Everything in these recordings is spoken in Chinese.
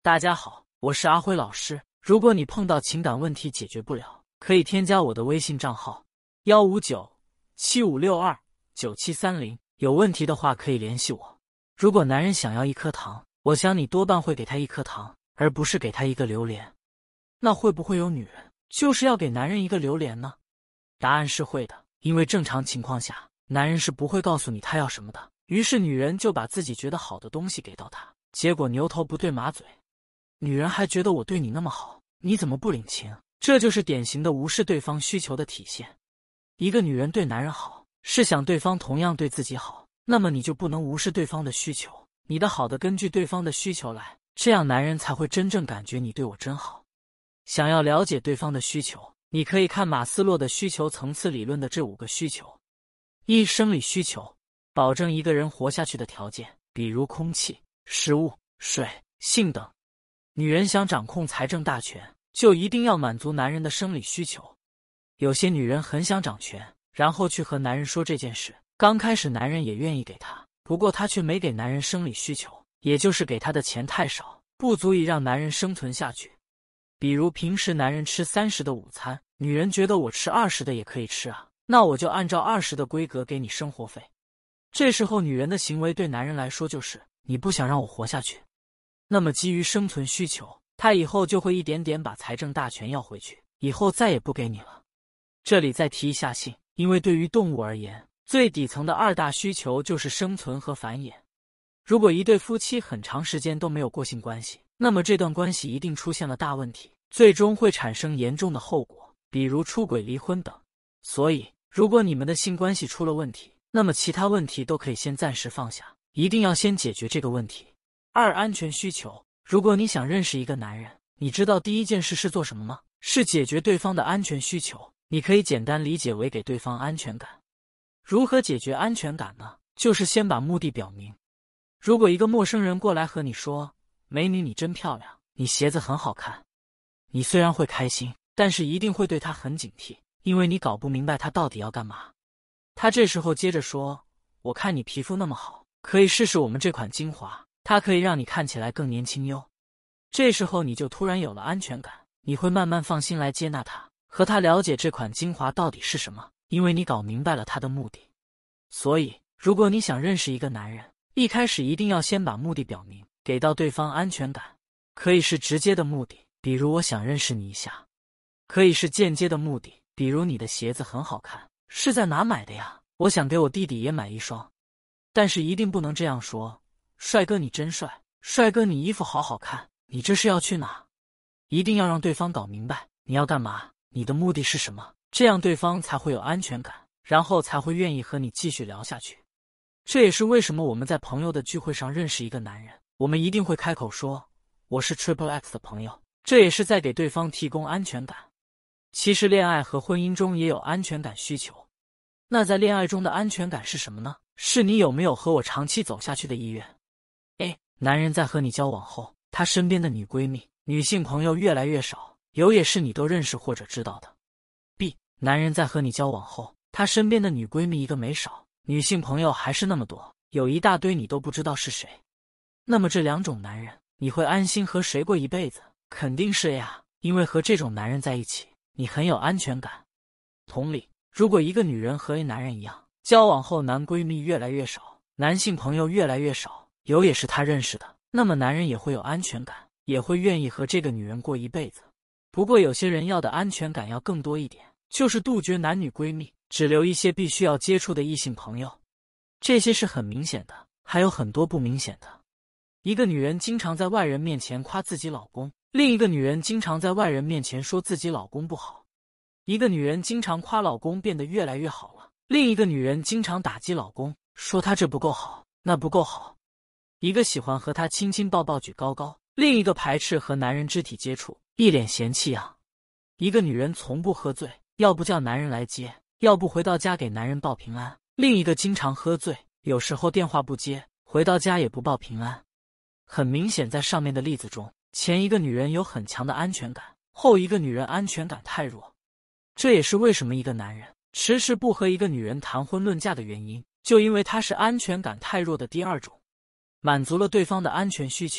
大家好，我是阿辉老师。如果你碰到情感问题解决不了，可以添加我的微信账号15975629730，有问题的话可以联系我。如果男人想要一颗糖，我想你多半会给他一颗糖，而不是给他一个榴莲。那会不会有女人就是要给男人一个榴莲呢？答案是会的，因为正常情况下，男人是不会告诉你他要什么的，于是女人就把自己觉得好的东西给到他，结果牛头不对马嘴。女人还觉得我对你那么好，你怎么不领情？这就是典型的无视对方需求的体现。一个女人对男人好，是想对方同样对自己好，那么你就不能无视对方的需求，你的好的根据对方的需求来，这样男人才会真正感觉你对我真好。想要了解对方的需求，你可以看马斯洛的需求层次理论的这5个需求。一、生理需求，保证一个人活下去的条件，比如空气、食物、水、性等。女人想掌控财政大权，就一定要满足男人的生理需求。有些女人很想掌权，然后去和男人说这件事，刚开始男人也愿意给她，不过她却没给男人生理需求，也就是给她的钱太少，不足以让男人生存下去。比如平时男人吃30的午餐，女人觉得我吃20的也可以吃啊，那我就按照20的规格给你生活费。这时候女人的行为对男人来说就是你不想让我活下去，那么基于生存需求，他以后就会一点点把财政大权要回去，以后再也不给你了。这里再提一下性，因为对于动物而言，最底层的2大需求就是生存和繁衍。如果一对夫妻很长时间都没有过性关系，那么这段关系一定出现了大问题，最终会产生严重的后果，比如出轨、离婚等。所以，如果你们的性关系出了问题，那么其他问题都可以先暂时放下，一定要先解决这个问题。2、安全需求，如果你想认识一个男人，你知道第一件事是做什么吗？是解决对方的安全需求。你可以简单理解为给对方安全感。如何解决安全感呢？就是先把目的表明。如果一个陌生人过来和你说，美女你真漂亮，你鞋子很好看，你虽然会开心，但是一定会对他很警惕，因为你搞不明白他到底要干嘛。他这时候接着说，我看你皮肤那么好，可以试试我们这款精华，它可以让你看起来更年轻哟。这时候你就突然有了安全感，你会慢慢放心来接纳他，和他了解这款精华到底是什么，因为你搞明白了他的目的。所以，如果你想认识一个男人，一开始一定要先把目的表明，给到对方安全感。可以是直接的目的，比如我想认识你一下；可以是间接的目的，比如你的鞋子很好看，是在哪买的呀？我想给我弟弟也买一双。但是一定不能这样说，帅哥你真帅，帅哥你衣服好好看，你这是要去哪？一定要让对方搞明白你要干嘛，你的目的是什么，这样对方才会有安全感，然后才会愿意和你继续聊下去。这也是为什么我们在朋友的聚会上认识一个男人，我们一定会开口说我是 XXX 的朋友，这也是在给对方提供安全感。其实恋爱和婚姻中也有安全感需求。那在恋爱中的安全感是什么呢？是你有没有和我长期走下去的意愿。A. 男人在和你交往后，他身边的女闺蜜、女性朋友越来越少，有也是你都认识或者知道的。B. 男人在和你交往后，他身边的女闺蜜一个没少，女性朋友还是那么多，有一大堆你都不知道是谁。那么这2种男人，你会安心和谁过一辈子？肯定是 A 呀，因为和这种男人在一起，你很有安全感。同理，如果一个女人和 A 男人一样，交往后男闺蜜越来越少，男性朋友越来越少，有也是他认识的，那么男人也会有安全感，也会愿意和这个女人过一辈子。不过有些人要的安全感要更多一点，就是杜绝男女闺蜜，只留一些必须要接触的异性朋友。这些是很明显的，还有很多不明显的。一个女人经常在外人面前夸自己老公，另一个女人经常在外人面前说自己老公不好。一个女人经常夸老公变得越来越好了，另一个女人经常打击老公，说他这不够好，那不够好。一个喜欢和他亲亲抱抱举高高，另一个排斥和男人肢体接触，一脸嫌弃样。一个女人从不喝醉，要不叫男人来接，要不回到家给男人报平安，另一个经常喝醉，有时候电话不接，回到家也不报平安。很明显，在上面的例子中，前一个女人有很强的安全感，后一个女人安全感太弱。这也是为什么一个男人迟迟不和一个女人谈婚论嫁的原因，就因为他是安全感太弱的第2种。满足了对方的安全需求，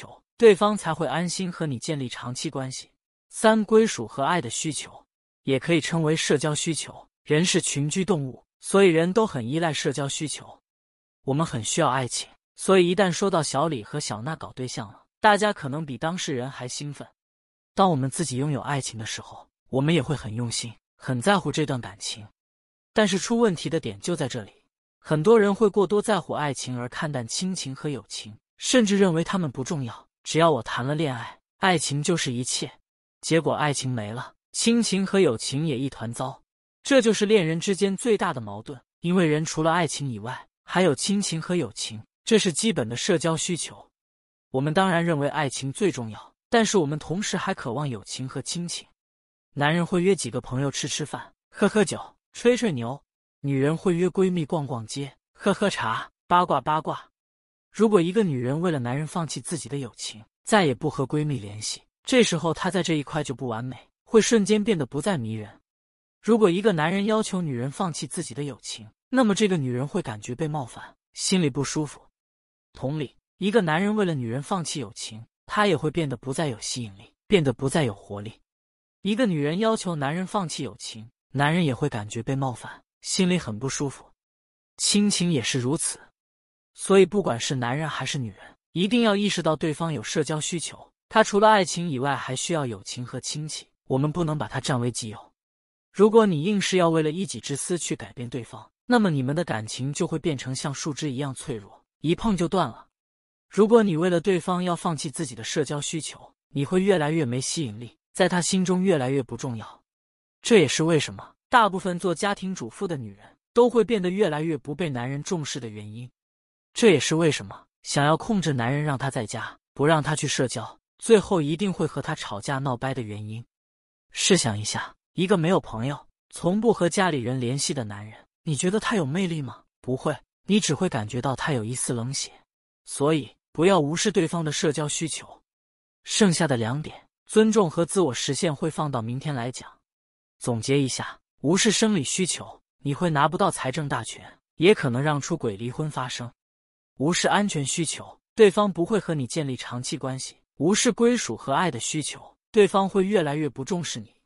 对方才会安心和你建立长期关系。3、归属和爱的需求，也可以称为社交需求。人是群居动物，所以人都很依赖社交需求。我们很需要爱情，所以一旦说到小李和小娜搞对象了，大家可能比当事人还兴奋。当我们自己拥有爱情的时候，我们也会很用心，很在乎这段感情。但是出问题的点就在这里，很多人会过多在乎爱情而看淡亲情和友情，甚至认为他们不重要，只要我谈了恋爱，爱情就是一切。结果爱情没了，亲情和友情也一团糟。这就是恋人之间最大的矛盾，因为人除了爱情以外，还有亲情和友情，这是基本的社交需求。我们当然认为爱情最重要，但是我们同时还渴望友情和亲情。男人会约几个朋友吃吃饭、喝喝酒、吹吹牛，女人会约闺蜜逛逛街、喝喝茶、八卦八卦。如果一个女人为了男人放弃自己的友情，再也不和闺蜜联系，这时候她在这一块就不完美，会瞬间变得不再迷人。如果一个男人要求女人放弃自己的友情，那么这个女人会感觉被冒犯，心里不舒服。同理，一个男人为了女人放弃友情，他也会变得不再有吸引力，变得不再有活力。一个女人要求男人放弃友情，男人也会感觉被冒犯，心里很不舒服。亲情也是如此。所以不管是男人还是女人，一定要意识到对方有社交需求，他除了爱情以外还需要友情和亲戚，我们不能把它占为己有。如果你硬是要为了一己之私去改变对方，那么你们的感情就会变成像树枝一样脆弱，一碰就断了。如果你为了对方要放弃自己的社交需求，你会越来越没吸引力，在他心中越来越不重要。这也是为什么大部分做家庭主妇的女人都会变得越来越不被男人重视的原因。这也是为什么想要控制男人让他在家，不让他去社交，最后一定会和他吵架闹掰的原因。试想一下，一个没有朋友，从不和家里人联系的男人，你觉得他有魅力吗？不会，你只会感觉到他有一丝冷血。所以不要无视对方的社交需求。剩下的2点，尊重和自我实现会放到明天来讲。总结一下，无视生理需求，你会拿不到财政大权，也可能让出轨离婚发生。无视安全需求，对方不会和你建立长期关系。无视归属和爱的需求，对方会越来越不重视你。